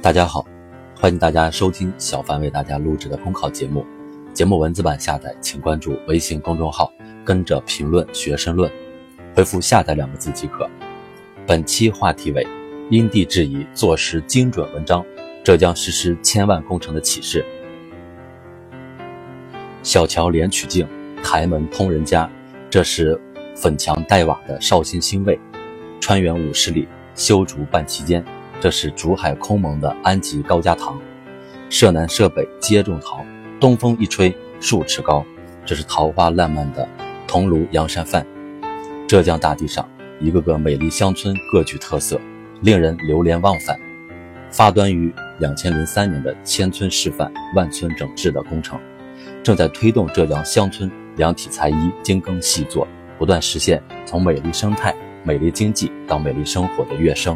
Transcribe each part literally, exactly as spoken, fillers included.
大家好，欢迎大家收听小凡为大家录制的公考节目。节目文字版下载请关注微信公众号，跟着评论学申论，回复下载两个字即可。本期话题为因地制宜做实精准文章，浙江实施千万工程的启示。小桥连曲径，台门通人家，这是粉墙黛瓦的绍兴新卫；川原五十里，修竹半旗间，这是竹海空蒙的安吉高家堂；舍南舍北皆种桃，东风一吹数尺高，这是桃花烂漫的桐庐阳山范。浙江大地上，一个个美丽乡村各具特色，令人流连忘返。发端于二零零三年的千村示范万村整治的工程，正在推动浙江乡村量体裁衣精耕细作，不断实现从美丽生态、美丽经济到美丽生活的跃升。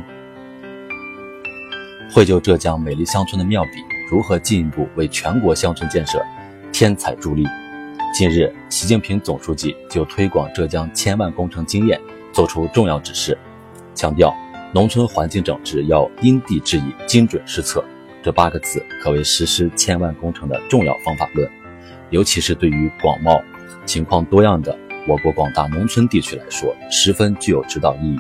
绘就浙江美丽乡村的妙笔，如何进一步为全国乡村建设添彩助力？近日，习近平总书记就推广浙江千万工程经验作出重要指示，强调农村环境整治要因地制宜、精准施策，这八个字可谓实施千万工程的重要方法论，尤其是对于广袤、情况多样的我国广大农村地区来说，十分具有指导意义。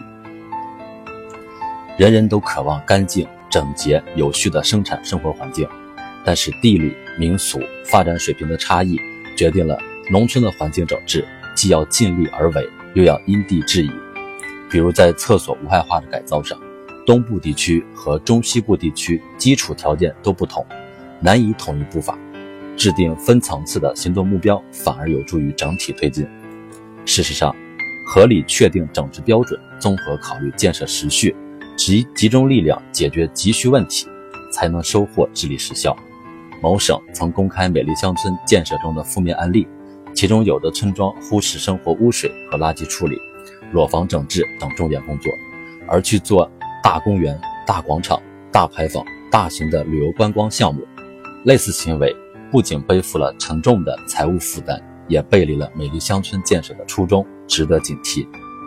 人人都渴望干净、整洁、有序的生产生活环境，但是地理、民俗、发展水平的差异，决定了农村的环境整治既要尽力而为，又要因地制宜。比如在厕所无害化的改造上，东部地区和中西部地区基础条件都不同，难以统一步伐，制定分层次的行动目标反而有助于整体推进。事实上，合理确定整治标准，综合考虑建设时序，集集中力量解决急需问题，才能收获治理实效。某省曾公开美丽乡村建设中的负面案例，其中有的村庄忽视生活污水和垃圾处理、裸房整治等重点工作，而去做大公园、大广场、大牌坊、大型的旅游观光项目。类似行为不仅背负了沉重的财务负担，也背离了美丽乡村建设的初衷，值得警惕。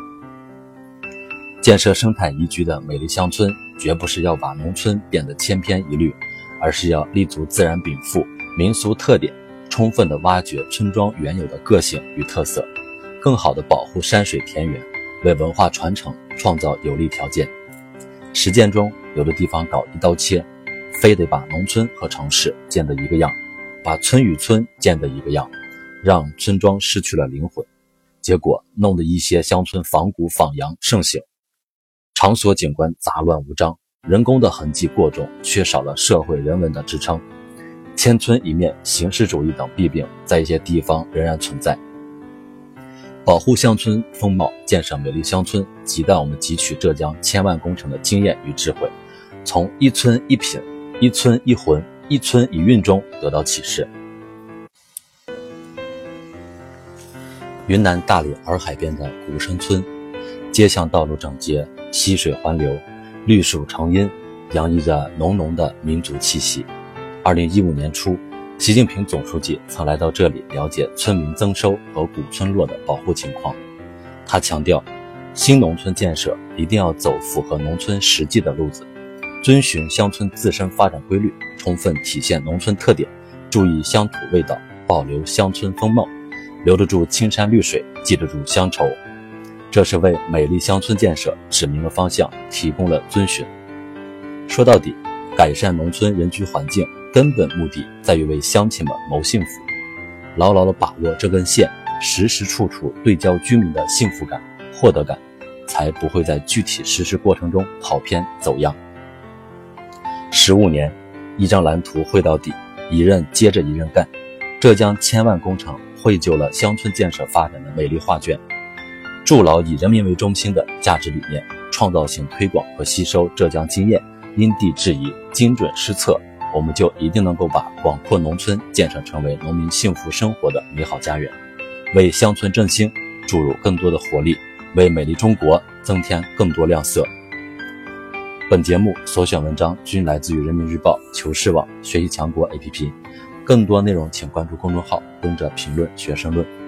建设生态宜居的美丽乡村，绝不是要把农村变得千篇一律，而是要立足自然禀赋、民俗特点，充分地挖掘村庄原有的个性与特色，更好地保护山水田园，为文化传承创造有利条件。实践中，有的地方搞一刀切，非得把农村和城市建得一个样，把村与村建得一个样，让村庄失去了灵魂，结果弄得一些乡村仿古仿洋盛行，场所景观杂乱无章，人工的痕迹过重，缺少了社会人文的支撑。千村一面、形式主义等弊病在一些地方仍然存在。保护乡村风貌，建设美丽乡村，亟待我们汲取浙江千万工程的经验与智慧，从一村一品、一村一魂、一村一韵中得到启示。云南大理洱海边的古生村，街巷道路整洁，溪水环流，绿树成荫，洋溢着浓浓的民族气息。二零一五年初，习近平总书记曾来到这里了解村民增收和古村落的保护情况。他强调，新农村建设一定要走符合农村实际的路子，遵循乡村自身发展规律，充分体现农村特点，注意乡土味道，保留乡村风貌，留得住青山绿水，记得住乡愁。这是为美丽乡村建设指明了方向，提供了遵循。说到底，改善农村人居环境根本目的在于为乡亲们谋幸福，牢牢地把握这根线，时时处处对焦居民的幸福感、获得感，才不会在具体实施过程中跑偏走样。十五年，一张蓝图绘到底，一任接着一任干，浙江千万工程绘就了乡村建设发展的美丽画卷。筑牢以人民为中心的价值理念，创造性推广和吸收浙江经验，因地制宜、精准施策，我们就一定能够把广阔农村建设成为农民幸福生活的美好家园，为乡村振兴注入更多的活力，为美丽中国增添更多亮色。本节目所选文章均来自于人民日报、求是网、学习强国 A P P， 更多内容请关注公众号，跟着评论学申论。